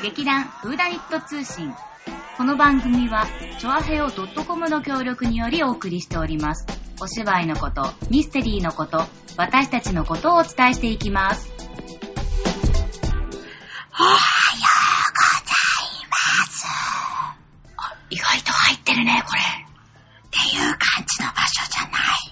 劇団フーダニット通信。この番組はチョアヘオ .com の協力によりお送りしております。お芝居のこと、ミステリーのこと、私たちのことをお伝えしていきます。おはようございます。意外と入ってるねこれっていう感じの場所じゃない。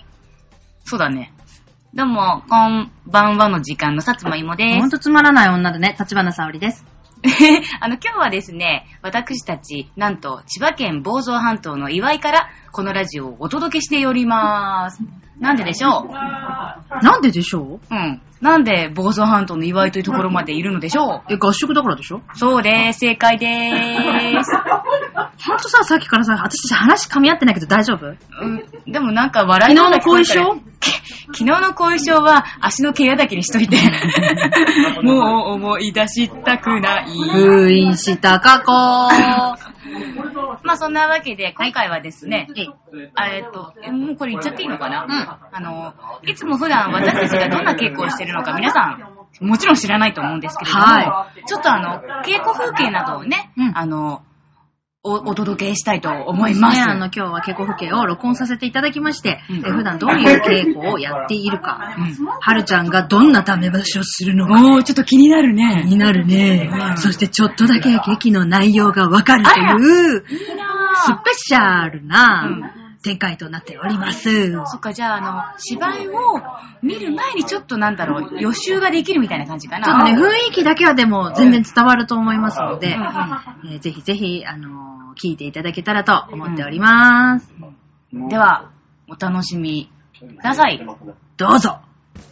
そうだね。どうもこんばんはの時間のさつまいもです。 ほんとつまらない女だね。立花沙織です。 今日はですね、私たちなんと千葉県房総半島の岩井からこのラジオをお届けしております。なんででしょう？ なんででしょう？ うん。なんで房総半島の岩井というところまでいるのでしょう？ 合宿だからでしょ？そうです。正解でーす。 ほんとさっきからさ、私たち話噛み合ってないけど大丈夫？ うん。でもなんか笑いの昨日の後遺症？ 昨日の後遺症は足の毛矢だけにしといて。もう思い出したくない。 封印した過去。 まあそんなわけで今回はですね、もうこれ言っちゃっていいのかな？いつも普段私たちがどんな稽古をしているのか皆さんもちろん知らないと思うんですけれども、はい、ちょっと稽古風景などをね、お届けしたいと思います。 今日は稽古風景を録音させていただきまして、普段どういう稽古をやっているか、はるちゃんがどんなダメ出しをするのか、 ちょっと気になるね。 気になるね。そしてちょっとだけ劇の内容がわかるというスペシャルな展開となっております。 そっか、じゃあ芝居を見る前にちょっと予習ができるみたいな感じかな。 ちょっとね、雰囲気だけはでも全然伝わると思いますので、ぜひぜひ聞いていただけたらと思っております。 ではお楽しみください。 どうぞ。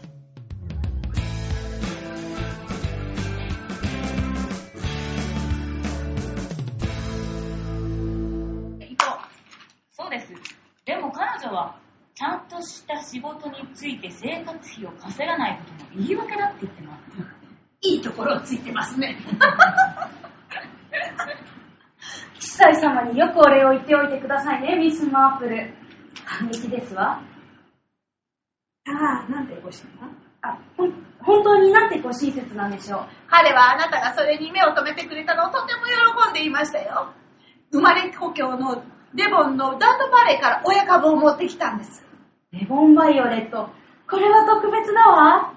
そうです。でも彼女はちゃんとした仕事について生活費を稼がないことも言い訳だって言ってます。 いいところをついてますね。司祭様によくお礼を言っておいてくださいね、ミス・マープル。感激ですわ。なんてご親切な？本当になんてご親切なんでしょう。 彼はあなたがそれに目を留めてくれたのをとても喜んでいましたよ。生まれ故郷のデボンのダンドバレーから親株を持ってきたんです。 デボンバイオレット、これは特別だわ。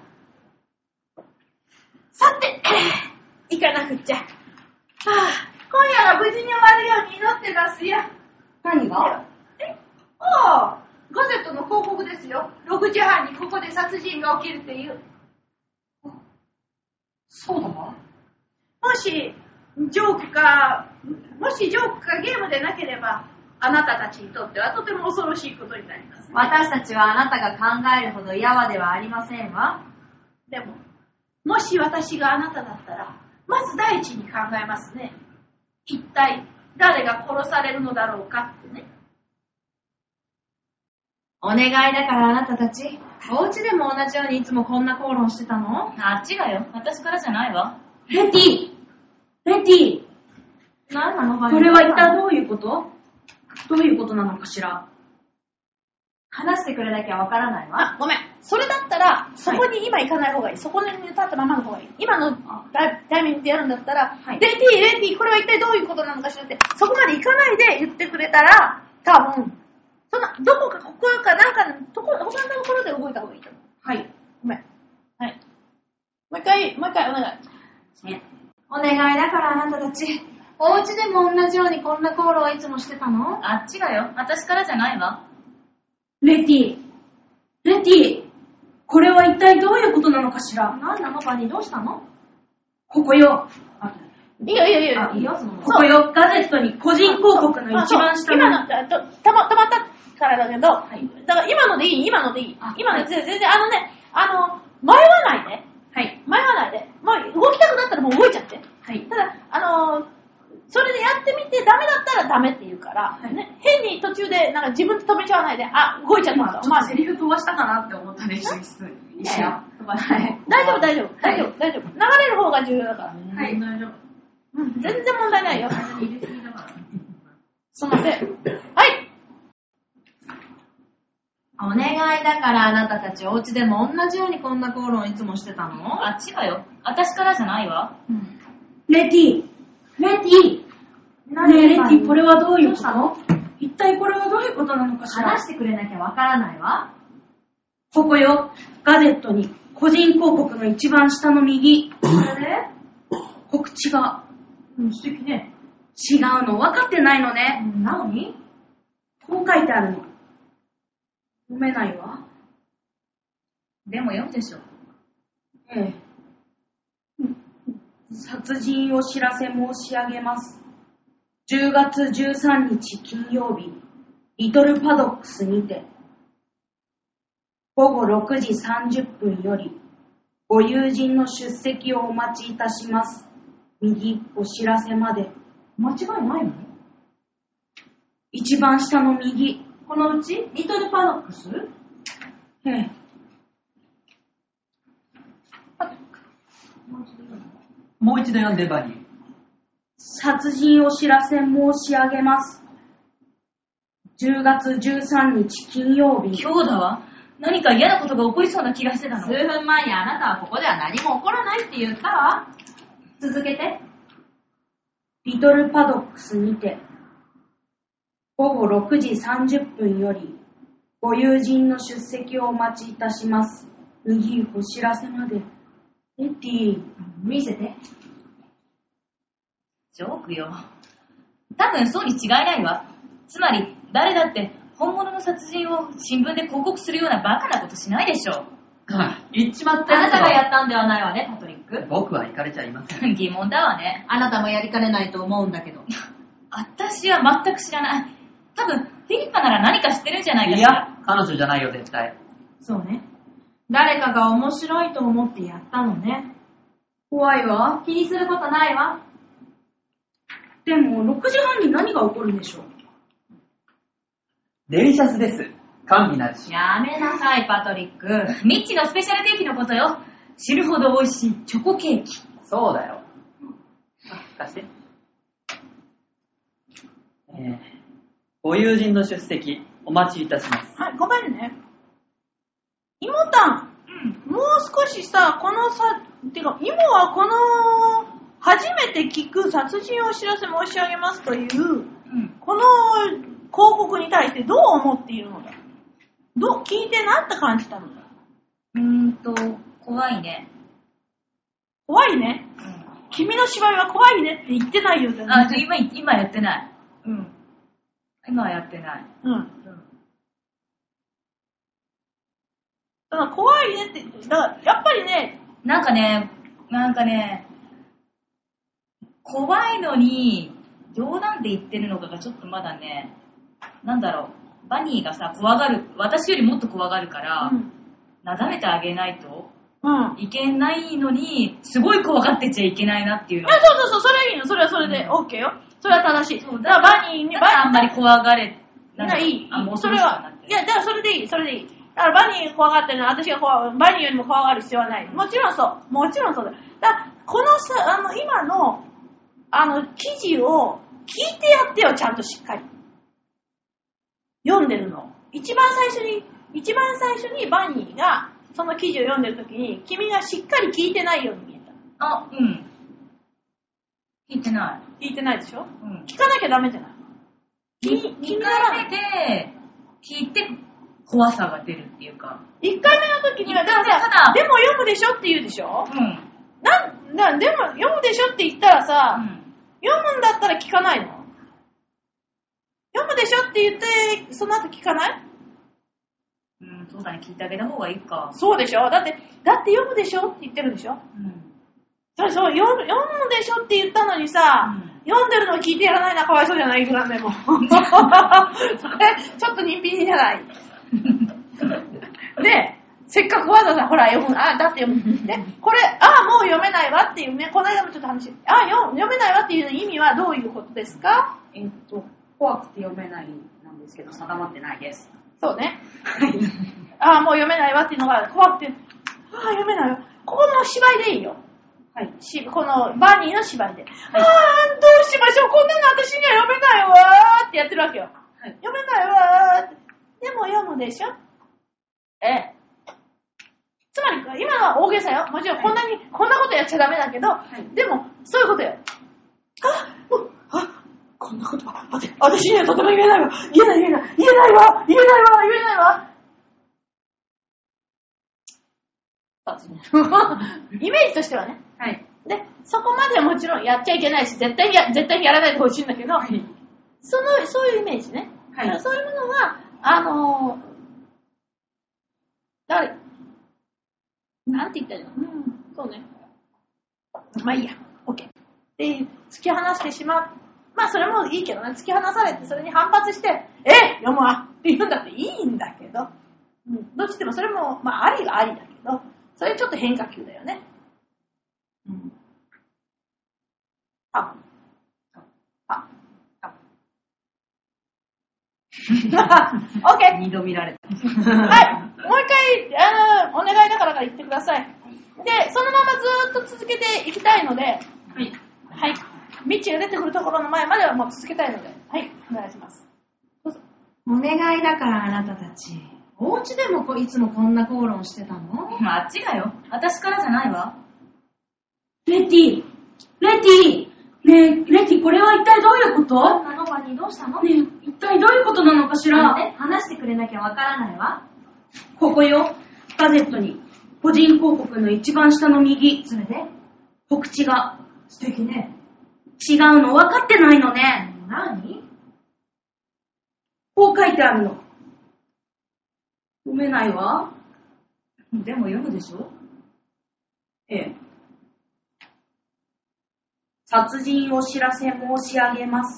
さて、行かなくっちゃ。今夜は無事に終わるように祈ってますよ。 何が？ ガゼットの広告ですよ。6時半にここで殺人が起きるっていう。 そうだわ。 もしジョークかゲームでなければ、あなたたちにとってはとても恐ろしいことになります、ね。 私たちはあなたが考えるほどやわではありませんわ。 でも、もし私があなただったら、まず第一に考えますね。一体誰が殺されるのだろうかってね。 お願いだからあなたたち、お家でも同じようにいつもこんな口論してたの？ あっちがよ。私からじゃないわ。 レティ何なの？これは一体どういうこと？どういうことなのかしら？話してくれなきゃわからないわ。 ごめん。それだったら、そこに今行かない方がいい。そこに立ったままの方がいい。今のタイミングでやるんだったら、レティ、これは一体どういうことなのかしらって、そこまで行かないで言ってくれたら、多分、どこかここかなんか他のところで動いた方がいいと思う。はい。ごめん。はい。もう一回お願い。 お願いだからあなたたち、お家でも同じようにこんな口論をいつもしてたの？ あっちがよ。私からじゃないわ。 レティ、これは一体どういうことなのかしら？ 何なのバニー、どうしたの？ ここよ。 いいよ。 いいよ、ここよ。ガゼットに個人広告の一番下の。 今の、たまったからだけど、はい、だから今のでいい。今の全然、迷わないで。 はい。 迷わないで。もう動きたくなったらもう動いちゃって。 はい。 ただ、それでやってみてダメだったらダメって言うから、はいね、変に途中で自分で止めちゃわないで、動いちゃったちょっとセリフ飛ばしたかなって思ったね、一瞬。 いやいや、大丈夫。流れる方が重要だから。 はい、大丈夫。 全然問題ないよ。そので、はい。 お願いだからあなたたちお家でも同じようにこんな口論いつもしてたの？ あっちがよ。私からじゃないわ。 レティ、 レティねえ、レティ、これはどういうこと？一体これはどういうことなのかしら？ 話してくれなきゃわからないわ。 ここよ、ガジェットに、個人広告の一番下の右。 それで告知が。 素敵ね。 違うの、分かってないのね。 なのにこう書いてあるの。読めないわ。 でも読むでしょ。 ええ。殺人を知らせ申し上げます。10月13日金曜日、リトルパドックスにて、午後6時30分より、ご友人の出席をお待ちいたします。右お知らせまで。 間違いないの？ 一番下の右。 このうちリトルパドックス？ ええ。 もう一度読んで、バニー。 殺人を知らせ申し上げます。10月13日金曜日。 今日だわ。何か嫌なことが起こりそうな気がしてたの。 数分前にあなたはここでは何も起こらないって言ったわ。続けて。 リトルパドックスにて、午後6時30分より、ご友人の出席をお待ちいたします。右お知らせまで。レティ。 見せて。 ジョークよ。多分そうに違いないわ。つまり、誰だって本物の殺人を新聞で広告するようなバカなことしないでしょう。 言っちまったあなたがやったんではないわね、パトリック。 僕は行かれちゃいません。 疑問だわね。 あなたもやりかねないと思うんだけど。 私は全く知らない。多分、フィリッパなら何か知ってるんじゃないかいしら。 や、彼女じゃないよ、絶対。 そうね。誰かが面白いと思ってやったのね。 怖いわ。 気にすることないわ。 でも、6時半に何が起こるんでしょう？ デリシャスです。甘美なるし。 やめなさい、パトリック。 ミッチのスペシャルケーキのことよ。知るほど美味しいチョコケーキ。 そうだよ。貸して。ご友人の出席、お待ちいたします。 はい、ごめんね。妹たん、もう少しさ、このさ、てか、妹はこの、初めて聞く殺人をお知らせ申し上げますという、この広告に対してどう思っているのだ？聞いてなって感じたのだ？ 怖いね。 怖いね。君の芝居は怖いねって言ってないよ。 今やってない。今はやってない。 だから怖いねって、だからやっぱりね、 なんかね、怖いのに、冗談で言ってるのかがちょっとまだね、なんだろう、バニーがさ、怖がる、私よりもっと怖がるから、なだめてあげないといけないのに、すごい怖がってちゃいけないなっていうの。 いや、そう、それはいいの。それはそれで OK よ。それは正しい。だからバニーに、 あんまり怖がれ、 いい。それは、いや、だからそれでいい。だからバニー怖がってるのは私がバニーよりも怖がる必要はない。もちろんそうだ。だからこのさ、今の、記事を聞いてやってよ、ちゃんとしっかり。読んでるの。一番最初にバニーがその記事を読んでるときに、君がしっかり聞いてないように見えた。 聞いてない。 聞いてないでしょ？聞かなきゃダメじゃない。 2回目で聞いて怖さが出るっていうか。 1回目の時には、だからさ、でも読むでしょって言うでしょ？でも読むでしょって言ったらさ、読むんだったら聞かないの？読むでしょって言って、その後聞かない？ そうだね、聞いてあげた方がいいか。 そうでしょ？だって読むでしょって言ってるでしょ？そう、読むでしょって言ったのにさ、読んでるのを聞いてやらないのはかわいそうじゃない？いくらでも。それ、ちょっと人品じゃない。で、せっかくわざわざほら読む、だって読む。ね、これ、もう読めないわっていうね、この間もちょっと話、読めないわっていう意味はどういうことですか？ 怖くて読めないなんですけど、定まってないです。 そうね。もう読めないわっていうのが怖くて、読めないわ。ここの芝居でいいよ。はい。このバニーの芝居で。どうしましょう。こんなの私には読めないわーってやってるわけよ。はい、読めないわーって。でも読むでしょ？つまり、今のは大げさよ。もちろんこんなことやっちゃダメだけど、でも、そういうことよ。 こんなことは、私にはとても言えないわ。言えないわ。イメージとしてはね。 はい。 で、そこまではもちろんやっちゃいけないし、絶対にやらないでほしいんだけど、そういうイメージね。はい。そういうものは、なんて言ったらいいの？そうね。まあいいや。OK。で、突き放してしまう。まあそれもいいけどね、突き放されてそれに反発して、読むわって言うんだっていいんだけど、どっちでもそれも、まあありはありだけど、それちょっと変化球だよね。OK。 二度見られた。 はい。もう一回、お願いだから言ってください。で、そのままずーっと続けていきたいので、はい。はい。ミッチが出てくるところの前まではもう続けたいので、はい。お願いします。 どうぞ。お願いだからあなたたち。お家でもいつもこんな口論してたの？ あっちがよ。私からじゃないわ。 レティ、ねえ、レティ、これは一体どういうこと？ なのバニーどうしたの？ ねえ、一体どういうことなのかしら？ 話してくれなきゃわからないわ。 ここよ、ガゼットに、個人広告の一番下の右。 それで？ 告知が。 素敵ね。 違うの、分かってないのね。 何？ こう書いてあるの。読めないわ。 でも読むでしょ？ ええ。殺人お知らせ申し上げます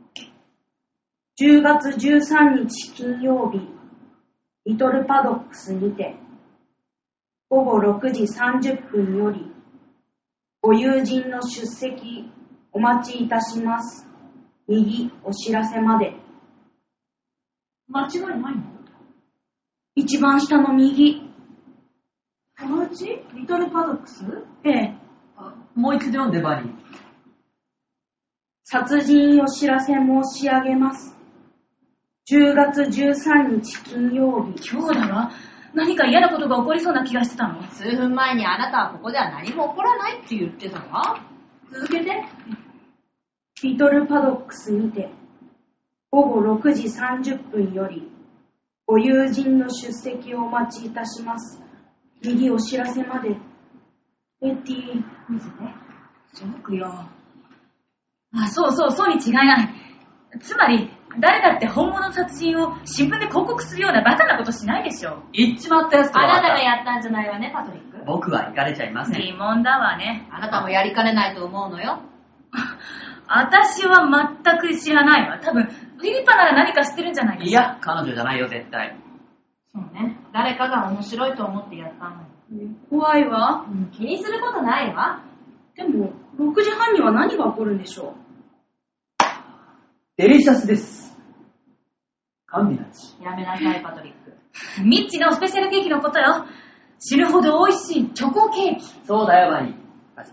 。10月13日金曜日、リトルパドックスにて、午後6時30分より、ご友人の出席お待ちいたします。右お知らせまで。 間違いないの？ 一番下の右。 このうち？リトルパドックス？ ええ。 もう一度読んで、バニー。 殺人お知らせ申し上げます。10月13日金曜日。 今日だわ。何か嫌なことが起こりそうな気がしてたの。 数分前にあなたはここでは何も起こらないって言ってたわ。続けて。 リトルパドックスにて、午後6時30分より、ご友人の出席をお待ちいたします。右お知らせまで。レティ、 見せて。ジョークよ。そうに違いない。つまり、誰だって本物の殺人を新聞で広告するようなバカなことしないでしょ。 言っちまったやつとはあなたがやったんじゃないわね、パトリック。 僕は行かれちゃいません。 疑問だわね。 あなたもやりかねないと思うのよ。 私は全く知らないわ。多分、フィリパなら何か知ってるんじゃないかしら。 いや、彼女じゃないよ、絶対。 そうね。誰かが面白いと思ってやったの。 怖いわ。 気にすることないわ。 でも、6時半には何が起こるんでしょう？ デリシャスです。神たち。 やめなさい、パトリック。 ミッチのスペシャルケーキのことよ。知るほど美味しいチョコケーキ。 そうだよ、バニー。貸して。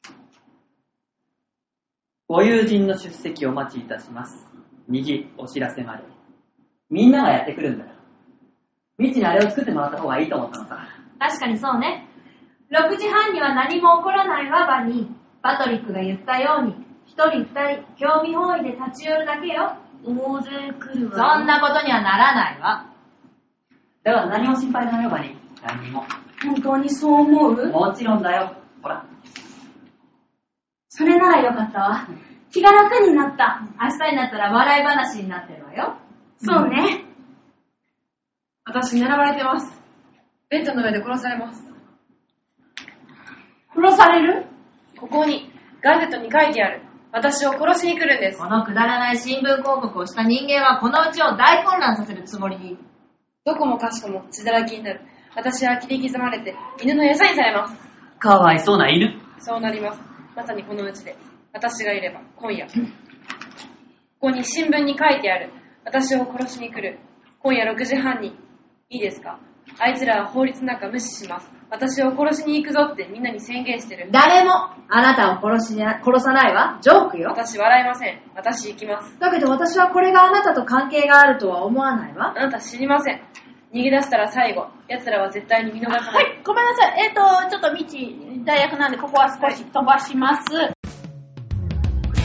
ご友人の出席お待ちいたします。右お知らせまで。みんながやってくるんだよ。ミッチにあれを作ってもらった方がいいと思ったのさ。 確かにそうね。6時半には何も起こらないわ、バニー。パトリックが言ったように、一人二人、興味本位で立ち寄るだけよ。 大勢来るわ。 そんなことにはならないわ。 だから何も心配ないよ、バニー。何も。 本当にそう思う？ もちろんだよ。ほら。 それならよかったわ。気が楽になった。 明日になったら笑い話になってるわよ。 そうね。 私狙われてます。ベッドの上で殺されます。 殺される？ ここにガゼットに書いてある。私を殺しに来るんです。 このくだらない新聞広告をした人間はこのうちを大混乱させるつもりに。 どこもかしこも血だらけになる。私は切り刻まれて犬の餌にされます。 かわいそうな犬。 そうなります。まさにこのうちで。私がいれば今夜。ここに新聞に書いてある。私を殺しに来る。今夜6時半に。いいですか？あいつらは法律なんか無視します。私を殺しに行くぞってみんなに宣言してる。 誰もあなたを殺さないわ。ジョークよ。 私笑いません。私行きます。 だけど私はこれがあなたと関係があるとは思わないわ。 あなた知りません。逃げ出したら最後。奴らは絶対に見逃さない。 はい、ごめんなさい。ちょっと未知大学なんでここは少し飛ばします。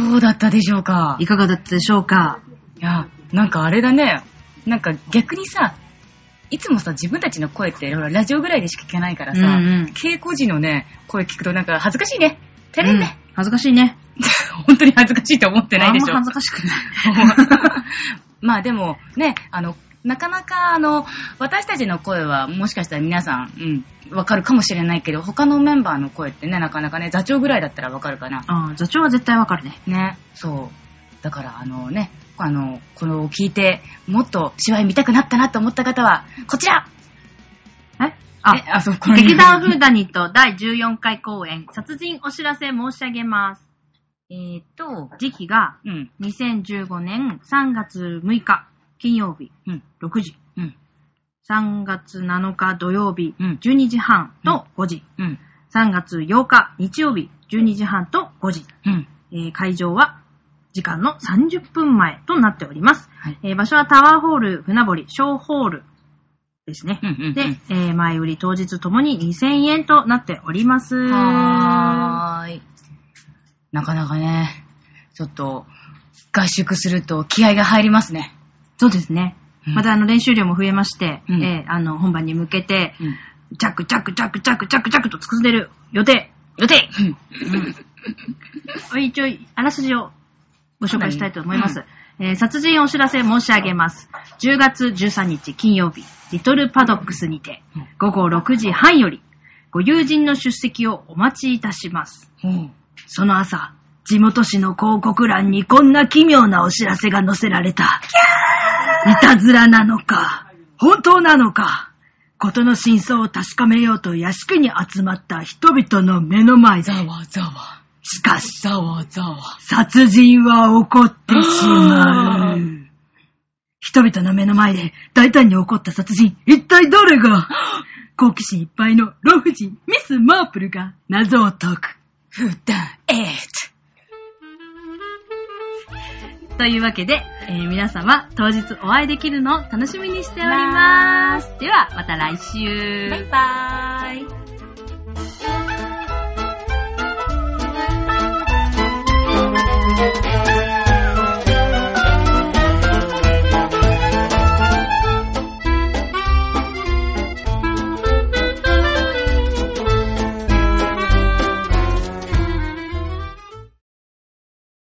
どうだったでしょうか？ いかがだったでしょうか？ いや、なんかあれだね。なんか逆にさ、いつもさ、自分たちの声ってラジオぐらいでしか聞けないからさ、稽古時のね、声聞くとなんか恥ずかしいね。照れんね。 恥ずかしいね。 本当に恥ずかしいと思ってないでしょ。 あんま恥ずかしくない。 まあでもね、なかなか私たちの声はもしかしたら皆さん、わかるかもしれないけど、他のメンバーの声ってね、なかなかね、座長ぐらいだったらわかるかな。 座長は絶対わかるね。 ね、そう。だからね、これを聞いて、もっと芝居見たくなったなと思った方は、こちら劇団フーダニット第14回公演、殺人お知らせ申し上げます。時期が、2015年3月6日、金曜日、6時。3月7日土曜日、12時半と5時。3月8日日曜日、12時半と5時。会場は、時間の30分前となっております。場所はタワーホール船堀小ホールですね。で、前売り当日ともに2000円となっております。 はーい。なかなかね、ちょっと合宿すると気合が入りますね。 そうですね。また練習量も増えまして、本番に向けて、ジャックと進んでる予定。一応、あらすじをご紹介したいと思います。殺人お知らせ申し上げます。10月13日金曜日、リトルパドックスにて、午後6時半より、ご友人の出席をお待ちいたします。その朝、地元紙の広告欄にこんな奇妙なお知らせが載せられた。いたずらなのか、本当なのか、事の真相を確かめようと屋敷に集まった人々の目の前で、しかし、殺人は起こってしまう。人々の目の前で大胆に起こった殺人、一体誰が？好奇心いっぱいの老婦人ミス・マープルが謎を解く。 フダエートというわけで、皆様当日お会いできるのを楽しみにしております。ではまた来週。 バイバーイ。